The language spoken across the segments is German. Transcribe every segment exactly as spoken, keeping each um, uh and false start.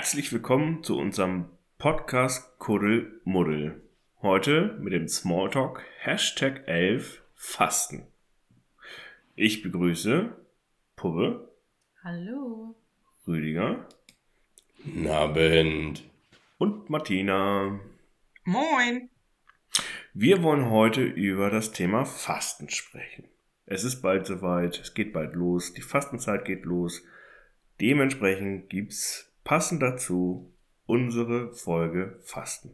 Herzlich willkommen zu unserem Podcast Kuddelmuddel. Heute mit dem Smalltalk Hashtag elf Fasten. Ich begrüße Pubbe. Hallo. Rüdiger. Guten Abend. Und Martina. Moin. Wir wollen heute über das Thema Fasten sprechen. Es ist bald soweit, es geht bald los, die Fastenzeit geht los. Dementsprechend gibt's passend dazu unsere Folge Fasten.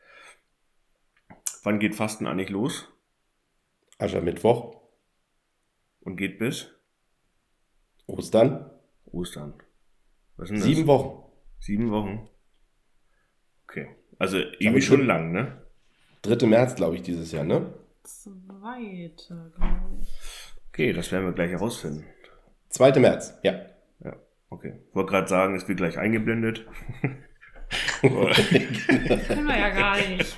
Wann geht Fasten eigentlich los? Aschermittwoch. Und geht bis? Ostern. Ostern. Was sind das? Sieben Wochen. Sieben Wochen. Okay. Also irgendwie schon lang, ne? dritter März, glaube ich, dieses Jahr, ne? Zweite, glaube ich. Okay, das werden wir gleich herausfinden. zweiter März, ja. Ja, okay. Ich wollte gerade sagen, es wird gleich eingeblendet. Können wir ja gar nicht.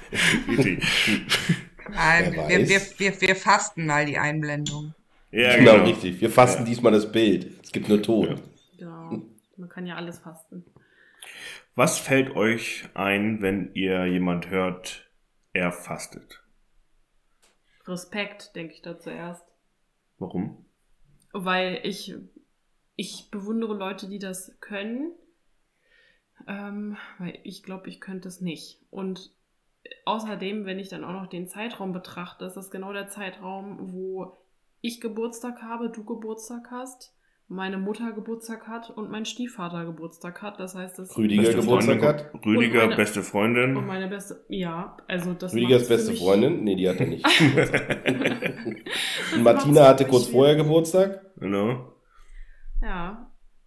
Nein, Wer wir, weiß. wir, wir, wir fasten mal die Einblendung. Ja, Genau, genau. richtig. Wir fasten diesmal das Bild. Es gibt nur Ton. Genau. Man kann ja alles fasten. Was fällt euch ein, wenn ihr jemand hört, er fastet? Respekt, denke ich da zuerst. Warum? Weil ich, ich bewundere Leute, die das können. Ähm, weil ich glaube, ich könnte es nicht. Und außerdem, wenn ich dann auch noch den Zeitraum betrachte, ist das genau der Zeitraum, wo ich Geburtstag habe, du Geburtstag hast, meine Mutter Geburtstag hat und mein Stiefvater Geburtstag hat. Das heißt, das Rüdiger Beste Geburtstag Freundin, hat. Rüdiger, Und meine- beste Freundin. und meine beste, ja, also das Rüdigers macht's für beste mich- Freundin. Nee, die hat er nicht. Geburtstag. Das Und Martina macht's hatte für kurz mich vorher schwierig. Geburtstag. Genau. Ja,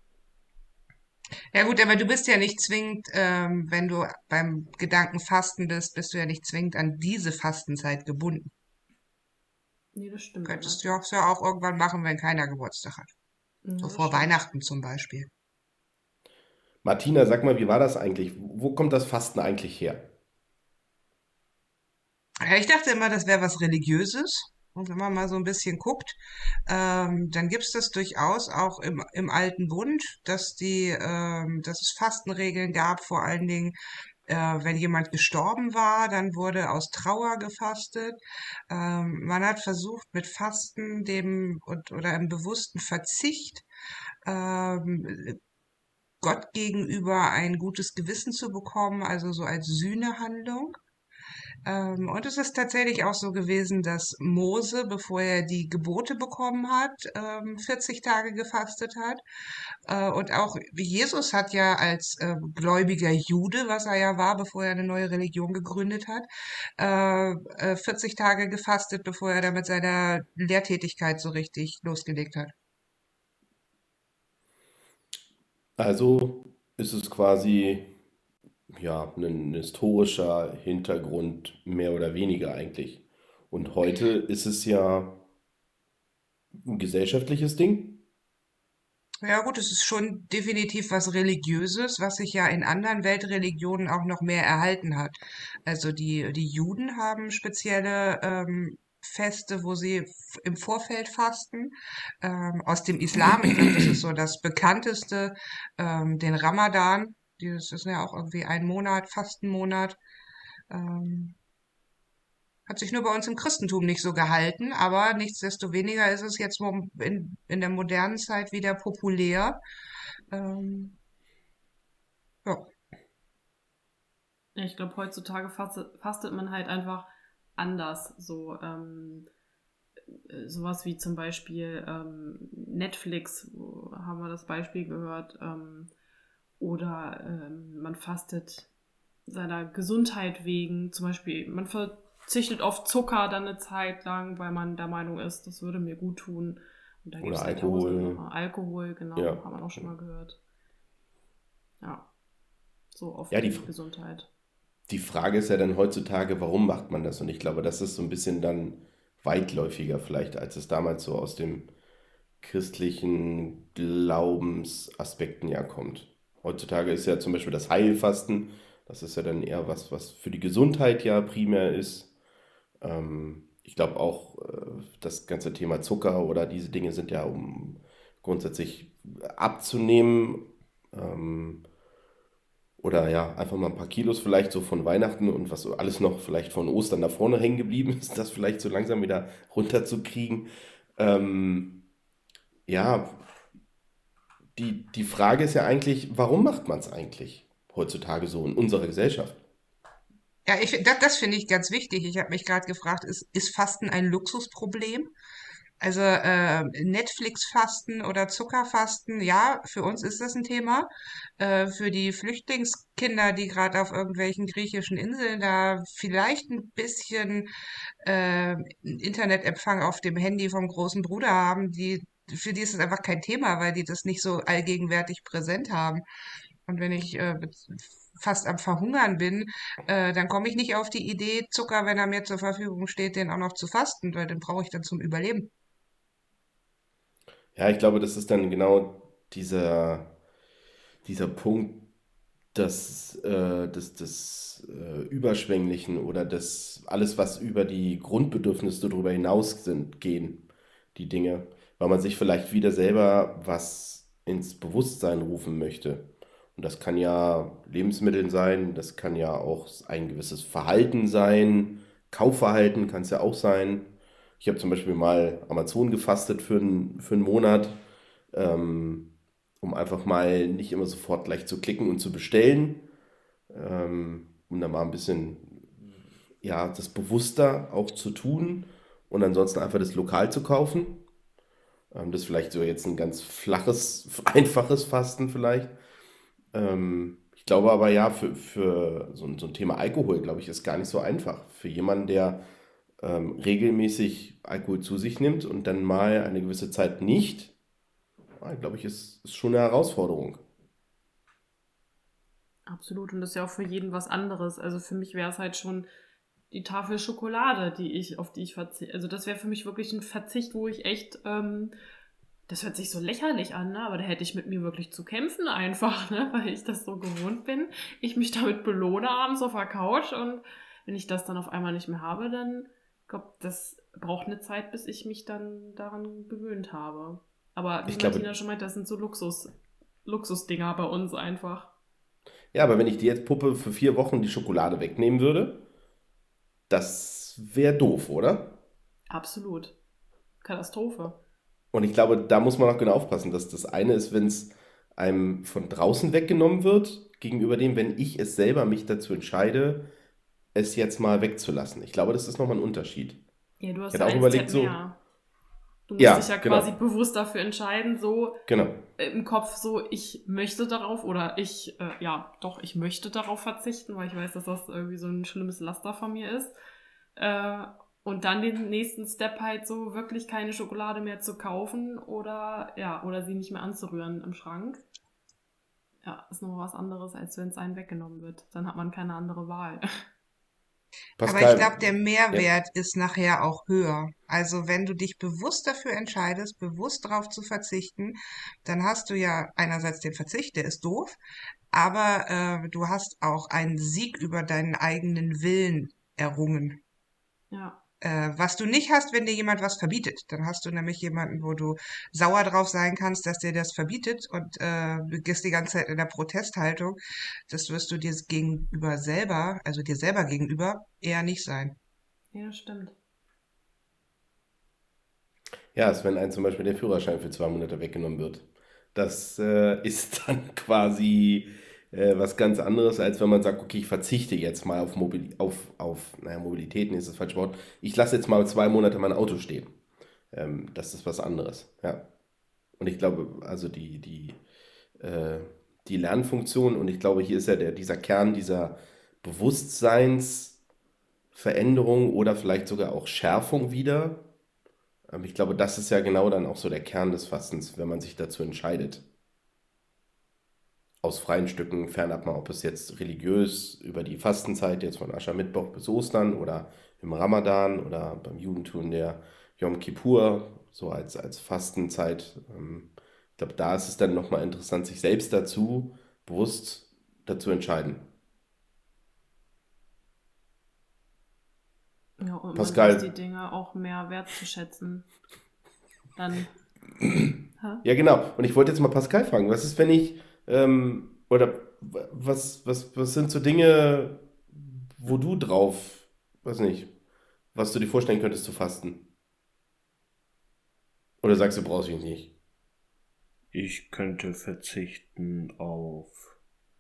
Ja gut, aber du bist ja nicht zwingend, ähm, wenn du beim Gedanken Fasten bist, bist du ja nicht zwingend an diese Fastenzeit gebunden. nee, das stimmt. Könntest du auch, ja auch irgendwann machen, wenn keiner Geburtstag hat. Ja, So das vor stimmt. Weihnachten zum Beispiel. Martina, sag mal, wie war das eigentlich? Wo kommt das Fasten eigentlich her? Ja, ich dachte immer, das wäre was Religiöses. Und wenn man mal so ein bisschen guckt, ähm, dann gibt es das durchaus auch im, im Alten Bund, dass die, ähm, dass es Fastenregeln gab, vor allen Dingen, äh, wenn jemand gestorben war, dann wurde aus Trauer gefastet. Ähm, man hat versucht, mit Fasten dem und, oder einem bewussten Verzicht ähm, Gott gegenüber ein gutes Gewissen zu bekommen, also so als Sühnehandlung. Ähm, und es ist tatsächlich auch so gewesen, dass Mose, bevor er die Gebote bekommen hat, ähm, vierzig Tage gefastet hat. Äh, und auch Jesus hat ja als äh, gläubiger Jude, was er ja war, bevor er eine neue Religion gegründet hat, äh, äh, vierzig Tage gefastet, bevor er da mit seiner Lehrtätigkeit so richtig losgelegt hat. Also ist es quasi ja ein historischer Hintergrund, mehr oder weniger eigentlich. Und heute ist es ja ein gesellschaftliches Ding. Ja gut, es ist schon definitiv was Religiöses, was sich ja in anderen Weltreligionen auch noch mehr erhalten hat. Also die, die Juden haben spezielle ähm, Feste, wo sie f- im Vorfeld fasten. Ähm, aus dem Islam, ich glaube, das ist so das bekannteste, ähm, den Ramadan. Dieses ist ja auch irgendwie ein Monat, Fastenmonat. Ähm, Hat sich nur bei uns im Christentum nicht so gehalten, aber nichtsdestoweniger ist es jetzt mom- in, in der modernen Zeit wieder populär. Ähm, ja. Ja, ich glaube, heutzutage fastet, fastet man halt einfach anders. So, ähm, äh, sowas wie zum Beispiel ähm, Netflix, wo haben wir das Beispiel gehört. Ähm, oder ähm, man fastet seiner Gesundheit wegen. Zum Beispiel, man verzichtet auf Zucker dann eine Zeit lang, weil man der Meinung ist, das würde mir gut tun. Und da Oder gibt's halt Alkohol. tausende- Alkohol, genau, Ja. haben wir auch schon mal gehört. Ja, so auf Ja, die, die- Gesundheit. Die Frage ist ja dann heutzutage, warum macht man das? Und ich glaube, das ist so ein bisschen dann weitläufiger vielleicht, als es damals so aus dem christlichen Glaubensaspekten ja kommt. Heutzutage ist ja zum Beispiel das Heilfasten, das ist ja dann eher was, was für die Gesundheit ja primär ist. Ähm, ich glaube auch, äh, das ganze Thema Zucker oder diese Dinge sind ja, um grundsätzlich abzunehmen. Ähm, Oder ja, einfach mal ein paar Kilos vielleicht so von Weihnachten und was so alles noch vielleicht von Ostern da vorne hängen geblieben ist, das vielleicht so langsam wieder runterzukriegen. Ähm, ja, die, die Frage ist ja eigentlich, warum macht man es eigentlich heutzutage so in unserer Gesellschaft? Ja, ich, find- das, das finde ich ganz wichtig. Ich habe mich gerade gefragt, ist, ist Fasten ein Luxusproblem? Also äh, Netflix-Fasten oder Zuckerfasten, ja, für uns ist das ein Thema. Äh, für die Flüchtlingskinder, die gerade auf irgendwelchen griechischen Inseln da vielleicht ein bisschen äh, Internetempfang auf dem Handy vom großen Bruder haben, die, für die ist es einfach kein Thema, weil die das nicht so allgegenwärtig präsent haben. Und wenn ich äh, fast am Verhungern bin, äh, dann komme ich nicht auf die Idee, Zucker, wenn er mir zur Verfügung steht, den auch noch zu fasten, weil den brauche ich dann zum Überleben. Ja, ich glaube, das ist dann genau dieser, dieser Punkt des, äh, des, des äh, Überschwänglichen oder des alles, was über die Grundbedürfnisse darüber hinaus sind, gehen, die Dinge, weil man sich vielleicht wieder selber was ins Bewusstsein rufen möchte. Und das kann ja Lebensmittel sein, das kann ja auch ein gewisses Verhalten sein, Kaufverhalten kann es ja auch sein. Ich habe zum Beispiel mal Amazon gefastet für, einen- für einen Monat, ähm, um einfach mal nicht immer sofort gleich zu klicken und zu bestellen, ähm, um da mal ein bisschen, ja, das bewusster auch zu tun und ansonsten einfach das lokal zu kaufen. Ähm, das ist vielleicht so jetzt ein ganz flaches, einfaches Fasten vielleicht. Ähm, ich glaube aber ja, für, für so, ein- so ein Thema Alkohol, glaube ich, ist gar nicht so einfach. Für jemanden, der ähm, regelmäßig Alkohol zu sich nimmt und dann mal eine gewisse Zeit nicht, ah, glaube ich, ist, ist schon eine Herausforderung. Absolut. Und das ist ja auch für jeden was anderes. Also für mich wäre es halt schon die Tafel Schokolade, die ich, auf die ich verzichte. Also das wäre für mich wirklich ein Verzicht, wo ich echt, ähm, das hört sich so lächerlich an, ne? Aber da hätte ich mit mir wirklich zu kämpfen einfach, ne? Weil ich das so gewohnt bin. Ich mich damit belohne abends auf der Couch und wenn ich das dann auf einmal nicht mehr habe, dann glaube das braucht eine Zeit, bis ich mich dann daran gewöhnt habe. Aber wie Ich Martina glaube, schon meint, das sind so Luxus, Luxusdinger bei uns einfach. ja, aber wenn ich dir jetzt Puppe für vier Wochen die Schokolade wegnehmen würde, das wäre doof, oder? Absolut. Katastrophe. Und ich glaube, da muss man auch genau aufpassen, dass das eine ist, wenn es einem von draußen weggenommen wird, gegenüber dem, wenn ich es selber mich dazu entscheide, es jetzt mal wegzulassen. Ich glaube, das ist nochmal ein Unterschied. Ja, du Ich hast ja hätte auch ein Step überlegt, so, mehr. Du musst dich ja ja, quasi genau, bewusst dafür entscheiden, so genau. im Kopf so, ich möchte darauf oder ich, äh, ja, doch, ich möchte darauf verzichten, weil ich weiß, dass das irgendwie so ein schlimmes Laster von mir ist. Äh, und dann den nächsten Step halt so wirklich keine Schokolade mehr zu kaufen oder, ja, oder sie nicht mehr anzurühren im Schrank. Ja, ist noch was anderes, als wenn es einem weggenommen wird. Dann hat man keine andere Wahl. Aber ich Pascal, glaube, der ja, Mehrwert ist nachher auch höher. Also wenn du dich bewusst dafür entscheidest, bewusst darauf zu verzichten, dann hast du ja einerseits den Verzicht, der ist doof, aber äh, du hast auch einen Sieg über deinen eigenen Willen errungen. Ja, Äh, was du nicht hast, wenn dir jemand was verbietet. Dann hast du nämlich jemanden, wo du sauer drauf sein kannst, dass dir das verbietet und äh, du gehst die ganze Zeit in der Protesthaltung. Das wirst du dir gegenüber selber, also dir selber gegenüber, eher nicht sein. ja, stimmt. ja, ist, wenn einem zum Beispiel der Führerschein für zwei Monate weggenommen wird. Das äh, ist dann quasi äh, was ganz anderes, als wenn man sagt, okay, ich verzichte jetzt mal auf, Mobil auf, auf naja, Mobilität, nee, ist das falsche Wort. Ich lasse jetzt mal zwei Monate mein Auto stehen. Ähm, das ist was anderes, ja. Und ich glaube, also die, die, äh, die Lernfunktion, und ich glaube, hier ist ja der, dieser Kern dieser Bewusstseinsveränderung oder vielleicht sogar auch Schärfung wieder. Ähm, ich glaube, das ist ja genau dann auch so der Kern des Fastens, wenn man sich dazu entscheidet. Aus freien Stücken, fernab mal, ob es jetzt religiös über die Fastenzeit jetzt von Aschermittwoch bis Ostern oder im Ramadan oder beim Judentum der Yom Kippur, so als, als Fastenzeit. Ähm, ich glaube, da ist es dann nochmal interessant, sich selbst dazu bewusst dazu entscheiden. Ja, und man weiß die Pascal, Dinge auch mehr wertzuschätzen. Dann, hä? ja genau. Und ich wollte jetzt mal Pascal fragen, was ist, wenn ich, ähm, oder was, was, was sind so Dinge, wo du drauf, weiß nicht, was du dir vorstellen könntest zu fasten? Oder sagst du, brauchst du nicht? Ich könnte verzichten auf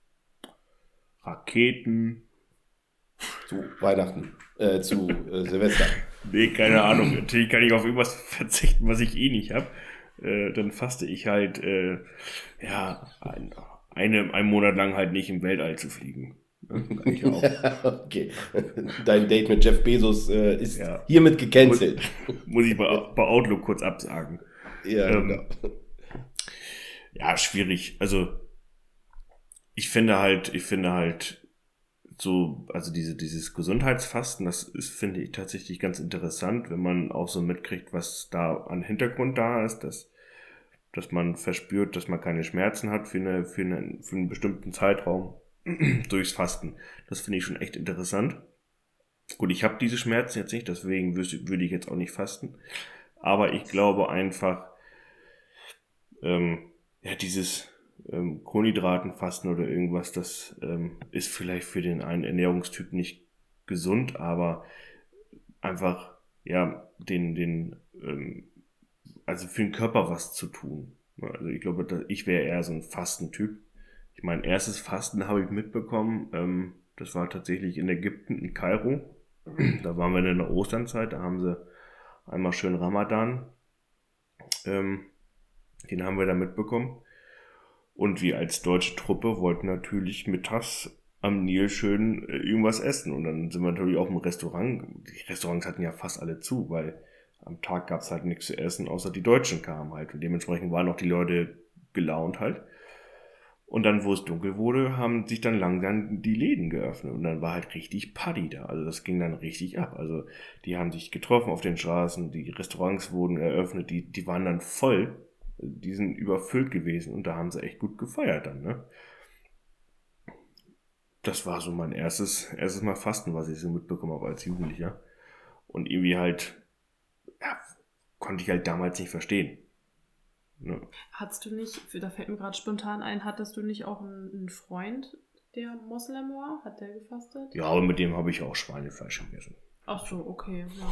Raketen. Zu Weihnachten, äh, zu äh, Silvester. Nee, keine Ahnung. Natürlich kann ich auf irgendwas verzichten, was ich eh nicht habe. Äh, dann faste ich halt, äh, ja, ein, eine, einen Monat lang halt nicht im Weltall zu fliegen. Ja, kann ich auch. Okay. Dein Date mit Jeff Bezos äh, ist Ja. hiermit gecancelt. Muss ich bei, bei Outlook kurz absagen. Ja, Ähm, genau. Ja, schwierig. Also, ich finde halt, ich finde halt so, also diese, dieses Gesundheitsfasten, das ist, finde ich tatsächlich ganz interessant, wenn man auch so mitkriegt, was da an Hintergrund da ist, dass, dass man verspürt, dass man keine Schmerzen hat für eine, für eine, für einen bestimmten Zeitraum durchs Fasten. Das finde ich schon echt interessant. Gut, ich habe diese Schmerzen jetzt nicht, deswegen wüs- würde ich jetzt auch nicht fasten. Aber ich glaube einfach, ähm, ja, dieses ähm, Kohlenhydratenfasten oder irgendwas, das ähm, ist vielleicht für den einen Ernährungstyp nicht gesund, aber einfach, ja, den, den, ähm, also für den Körper was zu tun. Also ich glaube, da- ich wäre eher so ein Fastentyp. Ich mein erstes Fasten habe ich mitbekommen, ähm, das war tatsächlich in Ägypten, in Kairo. Da waren wir in der Osternzeit, da haben sie einmal schön Ramadan, ähm, den haben wir da mitbekommen. Und wir als deutsche Truppe wollten natürlich mittags am Nil schön äh, irgendwas essen. Und dann sind wir natürlich auch im Restaurant. Die Restaurants hatten ja fast alle zu, weil am Tag gab's halt nichts zu essen, außer die Deutschen kamen halt. Und dementsprechend waren auch die Leute gelaunt halt. Und dann, wo es dunkel wurde, haben sich dann langsam die Läden geöffnet. Und dann war halt richtig Party da. Also das ging dann richtig ab. Also die haben sich getroffen auf den Straßen, die Restaurants wurden eröffnet, die, die waren dann voll. Die sind überfüllt gewesen und da haben sie echt gut gefeiert dann, ne? Das war so mein erstes, erstes Mal Fasten, was ich so mitbekommen habe als Jugendlicher. Und irgendwie halt, ja, konnte ich halt damals nicht verstehen. Ne? Hattest du nicht, da fällt mir gerade spontan ein, hattest du nicht auch einen, einen Freund, der Moslem war? Hat der gefastet? Ja, aber mit dem habe ich auch Schweinefleisch gegessen. Ach so, okay. Ja.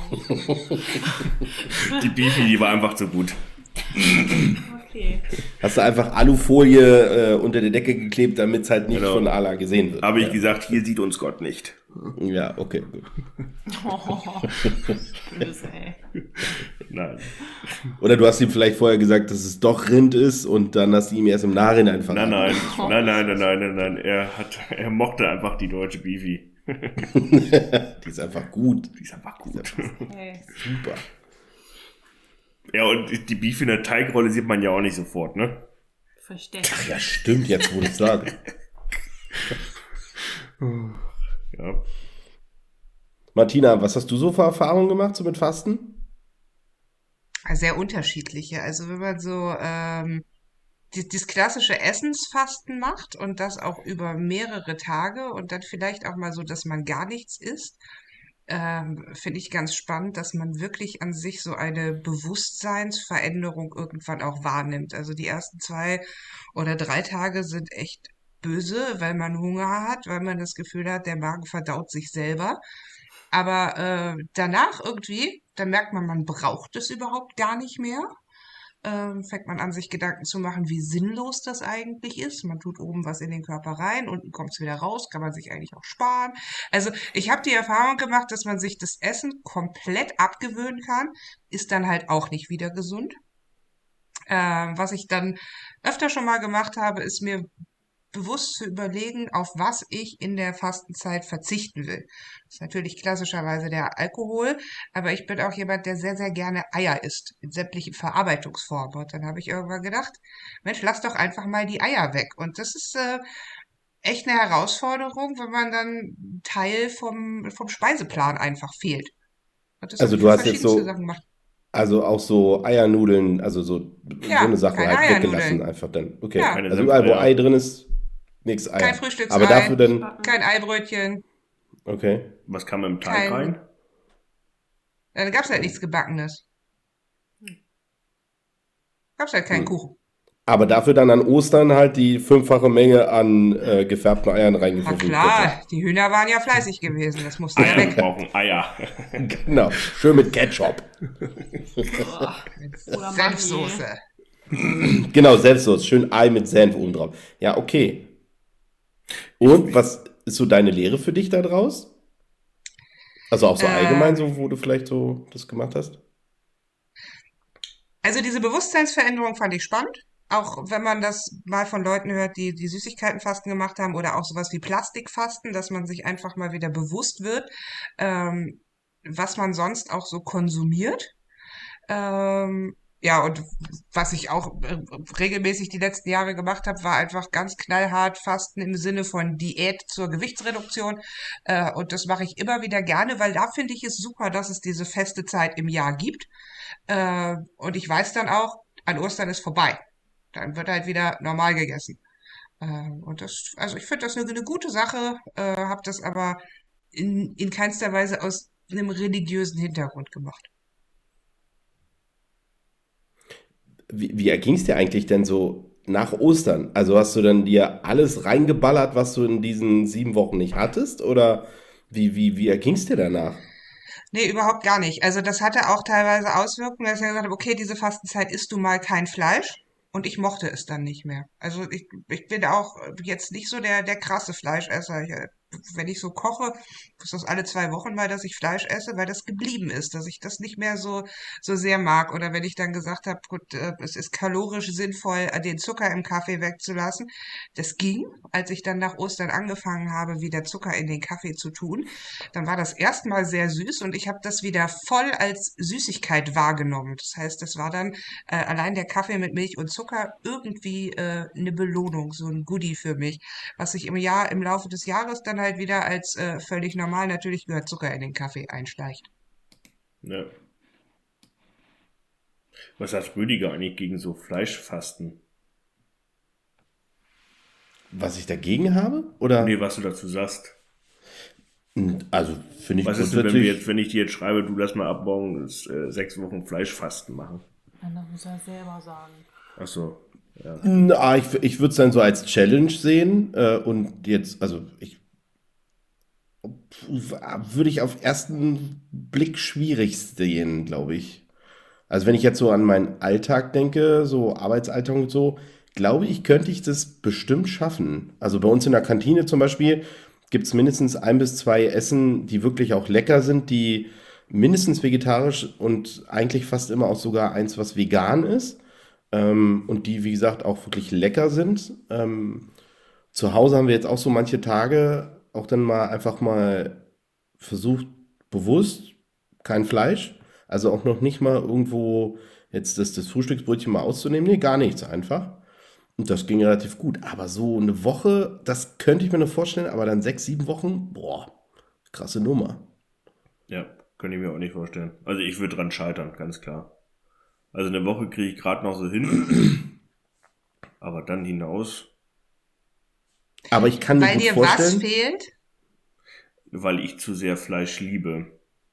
Die Beefy, die war einfach zu gut. Okay. Hast du einfach Alufolie äh, unter der Decke geklebt, damit es halt nicht Genau. von Allah gesehen wird. Habe ich ja. gesagt, hier sieht uns Gott nicht. Ja, okay, gut. Oh, böse, ey. Nein. Oder du hast ihm vielleicht vorher gesagt, dass es doch Rind ist und dann hast du ihm erst im Nachhinein verraten. Nein, nein, nein, nein, nein, nein, nein. Er hat, er mochte einfach die deutsche Beefy. Die ist einfach gut. Die ist einfach gut. Hey. Super. Ja, und die Beefy in der Teigrolle sieht man ja auch nicht sofort, ne? Versteckt. Ach ja, stimmt, jetzt wo du es sagst. Ja. Martina, was hast du so für Erfahrungen gemacht so mit Fasten? Sehr unterschiedliche. Also wenn man so ähm, die, dieses klassische Essensfasten macht und das auch über mehrere Tage und dann vielleicht auch mal so, dass man gar nichts isst, ähm, finde ich ganz spannend, dass man wirklich an sich so eine Bewusstseinsveränderung irgendwann auch wahrnimmt. Also die ersten zwei oder drei Tage sind echt böse, weil man Hunger hat, weil man das Gefühl hat, der Magen verdaut sich selber. Aber äh, danach irgendwie, dann merkt man, man braucht es überhaupt gar nicht mehr. Ähm, fängt man an, sich Gedanken zu machen, wie sinnlos das eigentlich ist. Man tut oben was in den Körper rein, unten kommt es wieder raus, kann man sich eigentlich auch sparen. Also ich habe die Erfahrung gemacht, dass man sich das Essen komplett abgewöhnen kann, ist dann halt auch nicht wieder gesund. Ähm, was ich dann öfter schon mal gemacht habe, ist mir bewusst zu überlegen, auf was ich in der Fastenzeit verzichten will. Das ist natürlich klassischerweise der Alkohol, aber ich bin auch jemand, der sehr, sehr gerne Eier isst, in sämtlichen Verarbeitungsformen. Und dann habe ich irgendwann gedacht, Mensch, lass doch einfach mal die Eier weg. Und das ist äh, echt eine Herausforderung, wenn man dann ein Teil vom, vom Speiseplan einfach fehlt. Und das habe Also ich du für hast jetzt verschiedenste so, Sachen gemacht. also auch so Eiernudeln, also so, so Ja, eine Sache keine halt weggelassen Eiernudeln. einfach dann. Okay. Ja. Keine Also überall, wo Senfeier. Ei drin ist, nichts Kein Eier. Frühstücksei. Aber dafür dann, Kein Eibrötchen, okay. Was kam im Teig kein, rein? dann gab's halt nichts Gebackenes. Gab's halt keinen Hm. Kuchen. Aber dafür dann an Ostern halt die fünffache Menge an äh, gefärbten Eiern Na reingepfiffen. klar, die Hühner waren ja fleißig gewesen, das musste ja Eier weg. brauchen Eier. Genau, schön mit Ketchup. Boah. Mit Oder Senfsoße. Genau, Senfsoße, schön Ei mit Senf oben drauf. Ja, okay. Und was ist so deine Lehre für dich da draus? Also auch so Äh, allgemein, so wo du vielleicht so das gemacht hast? Also diese Bewusstseinsveränderung fand ich spannend. Auch wenn man das mal von Leuten hört, die die Süßigkeitenfasten gemacht haben oder auch sowas wie Plastikfasten, dass man sich einfach mal wieder bewusst wird, ähm, was man sonst auch so konsumiert. Ähm, ja, und was ich auch äh, regelmäßig die letzten Jahre gemacht habe, war einfach ganz knallhart Fasten im Sinne von Diät zur Gewichtsreduktion. Äh, und das mache ich immer wieder gerne, weil da finde ich es super, dass es diese feste Zeit im Jahr gibt. Äh, und ich weiß dann auch, an Ostern ist vorbei. Dann wird halt wieder normal gegessen. Äh, und das, also ich finde das eine, eine gute Sache, äh, habe das aber in, in keinster Weise aus einem religiösen Hintergrund gemacht. Wie, wie erging es dir eigentlich denn so nach Ostern? Also hast du dann dir alles reingeballert, was du in diesen sieben Wochen nicht hattest? Oder wie, wie, wie erging es dir danach? Nee, überhaupt gar nicht. Also das hatte auch teilweise Auswirkungen, dass ich gesagt habe, okay, diese Fastenzeit isst du mal kein Fleisch. Und ich mochte es dann nicht mehr. Also ich, ich bin auch jetzt nicht so der, der krasse Fleischesser. Ich, äh, wenn ich so koche, ist das alle zwei Wochen mal, dass ich Fleisch esse, weil das geblieben ist, dass ich das nicht mehr so, so sehr mag. Oder wenn ich dann gesagt habe, gut, äh, es ist kalorisch sinnvoll, äh, den Zucker im Kaffee wegzulassen. Das ging, als ich dann nach Ostern angefangen habe, wieder Zucker in den Kaffee zu tun. Dann war das erstmal sehr süß und ich habe das wieder voll als Süßigkeit wahrgenommen. Das heißt, das war dann äh, allein der Kaffee mit Milch und Zucker irgendwie äh, eine Belohnung, so ein Goodie für mich, was sich im Jahr, im Laufe des Jahres dann halt wieder als äh, völlig normal, natürlich gehört Zucker in den Kaffee einschleicht. Ja. Was hat Rüdiger eigentlich gegen so Fleischfasten? Was ich dagegen habe? Oder? Nee, was du dazu sagst. Also finde ich Was ist denn, wenn wir grundsätzlich. jetzt, wenn ich dir jetzt schreibe, du lass mal ab morgen äh, sechs Wochen Fleischfasten machen? Dann das muss er selber sagen. Ach so, ja. Na, ich, ich würde es dann so als Challenge sehen. Äh, und jetzt, also ich würde ich auf ersten Blick schwierig sehen, glaube ich. Also wenn ich jetzt so an meinen Alltag denke, so Arbeitsalltag und so, glaube ich, könnte ich das bestimmt schaffen. Also bei uns in der Kantine zum Beispiel gibt es mindestens ein bis zwei Essen, die wirklich auch lecker sind, die mindestens vegetarisch und eigentlich fast immer auch sogar eins, was vegan ist. Ähm, und die, wie gesagt, auch wirklich lecker sind. Ähm, zu Hause haben wir jetzt auch so manche Tage auch dann mal einfach mal versucht, bewusst kein Fleisch, also auch noch nicht mal irgendwo jetzt das, das Frühstücksbrötchen mal auszunehmen. Nee, gar nichts einfach. Und das ging relativ gut. Aber so eine Woche, das könnte ich mir noch vorstellen, aber dann sechs, sieben Wochen, boah, krasse Nummer. Ja, könnte ich mir auch nicht vorstellen. Also ich würde dran scheitern, ganz klar. Also eine Woche kriege ich gerade noch so hin, aber dann hinaus, Aber ich kann mir Weil gut dir was vorstellen, fehlt? weil ich zu sehr Fleisch liebe.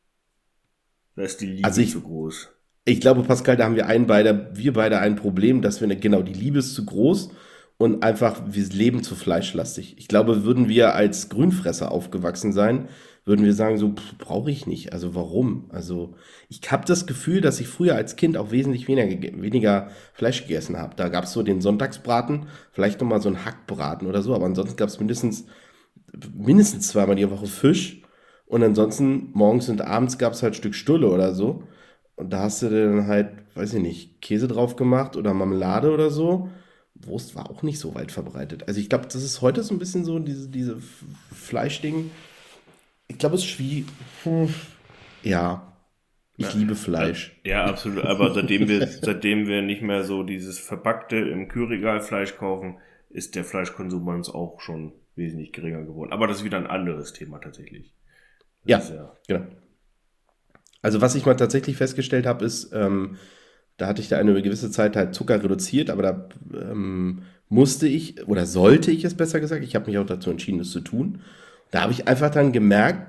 Da ist die Liebe also ich, zu groß. ich glaube, Pascal, da haben wir einen beide, wir beide ein Problem, dass wir, ne- genau, die Liebe ist zu groß und einfach, wir leben zu fleischlastig. Ich glaube, würden wir als Grünfresser aufgewachsen sein, würden wir sagen, so, brauche ich nicht. Also warum? Also ich habe das Gefühl, dass ich früher als Kind auch wesentlich weniger, gege- weniger Fleisch gegessen habe. Da gab es so den Sonntagsbraten, vielleicht nochmal so einen Hackbraten oder so, aber ansonsten gab es mindestens, mindestens zweimal die Woche Fisch und ansonsten morgens und abends gab es halt ein Stück Stulle oder so. Und da hast du dann halt, weiß ich nicht, Käse drauf gemacht oder Marmelade oder so. Wurst war auch nicht so weit verbreitet. Also ich glaube, das ist heute so ein bisschen so, diese, diese F- Fleischding. Ich glaube, es ist schwierig. Hm. Ja, ich Ja, liebe äh, Fleisch. ja, absolut. Aber seitdem wir, seitdem wir nicht mehr so dieses verpackte im Kühlregal Fleisch kaufen, ist der Fleischkonsum bei uns auch schon wesentlich geringer geworden. Aber das ist wieder ein anderes Thema tatsächlich. Das Ja, ist ja, genau. Also was ich mal tatsächlich festgestellt habe, ist, ähm, da hatte ich da eine gewisse Zeit halt Zucker reduziert, aber da ähm, musste ich oder sollte ich es besser gesagt, ich habe mich auch dazu entschieden, das zu tun. Da habe ich einfach dann gemerkt,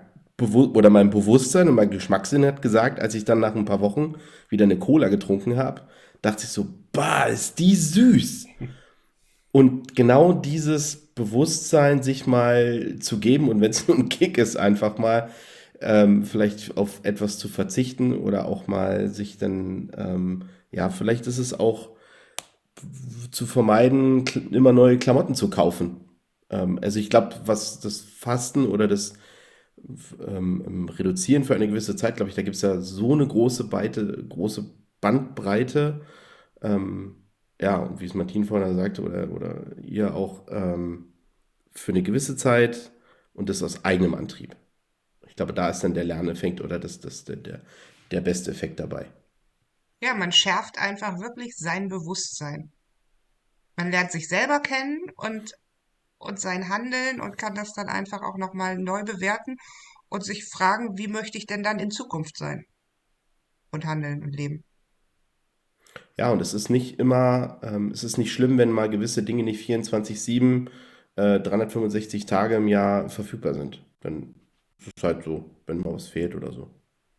Bewu- oder mein Bewusstsein und mein Geschmackssinn hat gesagt, als ich dann nach ein paar Wochen wieder eine Cola getrunken habe, dachte ich so, bah, ist die süß. Und genau dieses Bewusstsein sich mal zu geben und wenn es nur ein Kick ist, einfach mal ähm, vielleicht auf etwas zu verzichten oder auch mal sich dann, ähm, ja, vielleicht ist es auch zu vermeiden, kl- immer neue Klamotten zu kaufen. Ähm, also ich glaube, was das Fasten oder das ähm, Reduzieren für eine gewisse Zeit, glaube ich, da gibt es ja so eine große, Beite, große Bandbreite. Ähm, ja, und wie es Martin vorhin sagte oder, oder ihr auch, ähm, für eine gewisse Zeit und das aus eigenem Antrieb. Ich glaube, da ist dann der Lerneffekt oder das, das, der, der, der beste Effekt dabei. Ja, man schärft einfach wirklich sein Bewusstsein. Man lernt sich selber kennen und, und sein Handeln und kann das dann einfach auch nochmal neu bewerten und sich fragen, wie möchte ich denn dann in Zukunft sein und handeln und leben. Ja, und es ist nicht immer, ähm, es ist nicht schlimm, wenn mal gewisse Dinge nicht vierundzwanzig sieben, äh, dreihundertfünfundsechzig Tage im Jahr verfügbar sind. Dann ist es halt so, wenn mal was fehlt oder so.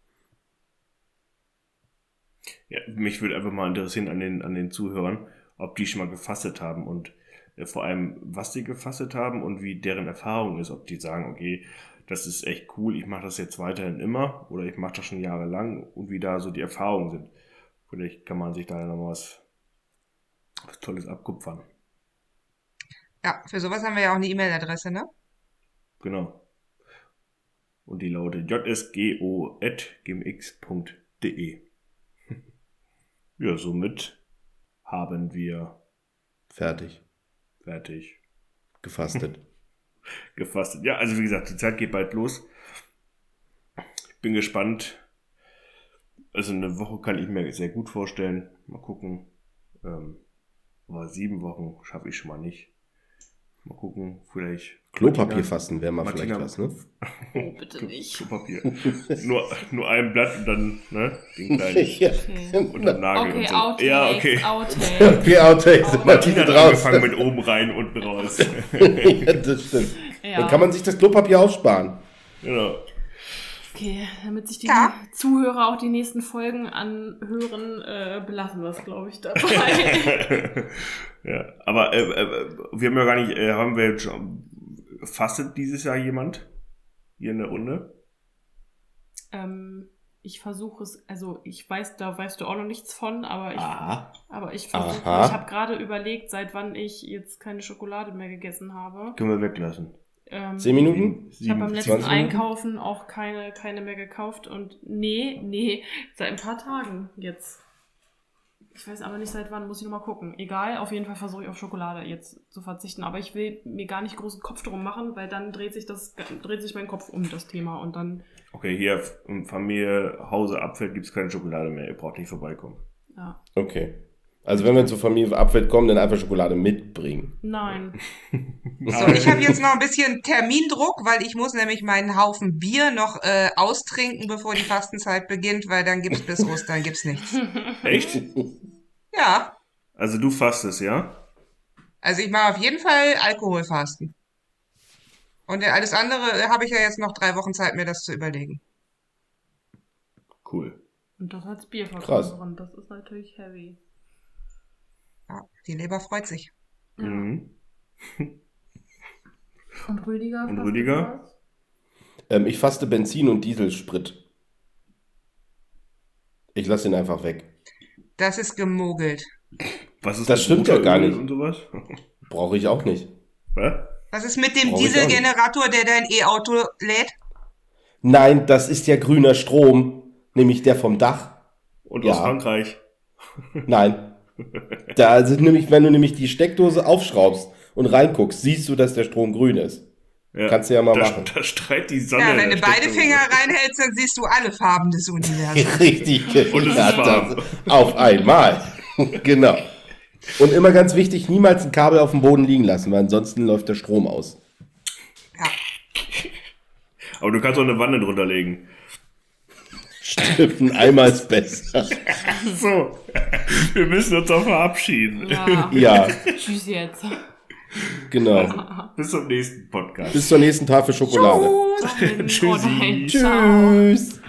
Ja, mich würde einfach mal interessieren an den, an den Zuhörern, ob die schon mal gefastet haben und äh, vor allem, was die gefastet haben und wie deren Erfahrung ist. Ob die sagen, okay, das ist echt cool, ich mache das jetzt weiterhin immer oder ich mache das schon jahrelang und wie da so die Erfahrungen sind. Vielleicht kann man sich da noch was, was Tolles abkupfern. Ja, für sowas haben wir ja auch eine E-Mail-Adresse, ne? Genau. Und die lautet j s g o at gmx punkt d e. Ja, somit haben wir Fertig, fertig gefastet. gefastet. Ja, also wie gesagt, die Zeit geht bald los. Ich bin gespannt. Also eine Woche kann ich mir sehr gut vorstellen. Mal gucken. Ähm, aber sieben Wochen schaffe ich schon mal nicht. Mal gucken, vielleicht. Klopapierfasten wäre mal Martina- vielleicht was, ne? Oh, bitte nicht. Klopapier. nur, nur ein Blatt und dann, ne? Den kleinen. Ja. Okay, Und dann Nagel okay und so. Outtakes, Ja, okay. Outtakes. Okay, Outtakes, Martina Martin Martina geht hat raus. angefangen mit oben rein, unten raus. Ja, das stimmt. Ja. Dann kann man sich das Klopapier aufsparen. Genau. Okay, damit sich die Ja. Zuhörer auch die nächsten Folgen anhören, äh, belassen wir es, glaube ich, dabei. Ja, aber äh, äh, wir haben ja gar nicht, äh, haben wir jetzt schon, fastet dieses Jahr jemand hier in der Runde? ähm, ich versuche es, also ich weiß, da weißt du auch noch nichts von, aber ich, Aha. aber ich versuche, Aha. ich habe gerade überlegt, seit wann ich jetzt keine Schokolade mehr gegessen habe. Können wir weglassen. Ähm, Zehn Minuten? Ich habe beim letzten zwanzig Minuten? Einkaufen auch keine, keine mehr gekauft und nee, nee, seit ein paar Tagen jetzt. Ich weiß aber nicht seit wann, muss ich nochmal gucken. Egal, auf jeden Fall versuche ich auf Schokolade jetzt zu verzichten. Aber ich will mir gar nicht großen Kopf drum machen, weil dann dreht sich das, dreht sich mein Kopf um das Thema und dann, Okay, hier im Familie Hause Abfeld gibt es keine Schokolade mehr. Ihr braucht nicht vorbeikommen. ja. Okay. Also wenn wir zur Familie Abfeld kommen, dann einfach Schokolade mitbringen. Nein. So, ich habe jetzt noch ein bisschen Termindruck, weil ich muss nämlich meinen Haufen Bier noch äh, austrinken, bevor die Fastenzeit beginnt, weil dann gibt's bis Ostern gibt's nichts. Echt? Ja, Also du fastest, ja? also ich mache auf jeden Fall Alkoholfasten. Und alles andere äh, habe ich ja jetzt noch drei Wochen Zeit, mir das zu überlegen. Cool. Und das als Krass. Bierverkäuferin, das ist natürlich heavy. Ja, die Leber freut sich. Ja. Mhm. Und Rüdiger? Und fastet Rüdiger? was? Ähm, ich faste Benzin und Dieselsprit. Ich lasse ihn einfach weg. Das ist gemogelt. Was ist Das mit stimmt ja gar Motoröl nicht. Und sowas? Brauche ich auch nicht. Was? Was ist mit dem Brauch ich auch nicht. Dieselgenerator, der dein E-Auto lädt? Nein, das ist ja grüner Strom, nämlich der vom Dach. Und Ja. aus Frankreich? Nein. Da sind nämlich, wenn du nämlich die Steckdose aufschraubst und reinguckst, siehst du, dass der Strom grün ist. Ja. Kannst du ja mal da, machen. Da strahlt die Sonne. Ja, in wenn der du beide Steckdose. Finger reinhältst, dann siehst du alle Farben des Universums. Richtig. Und es ist Ja, warm. das- Auf einmal. Genau. Und immer ganz wichtig, niemals ein Kabel auf dem Boden liegen lassen, weil ansonsten läuft der Strom aus. Ja. Aber du kannst auch eine Wanne drunter legen. Stimmt, ein Eimer ist besser. So, wir müssen uns auch verabschieden. Ja. Ja. Tschüss jetzt. Genau. Bis zum nächsten Podcast. Bis zur nächsten Tafel Schokolade. Ciao. Tschüssi. Ciao. Tschüss.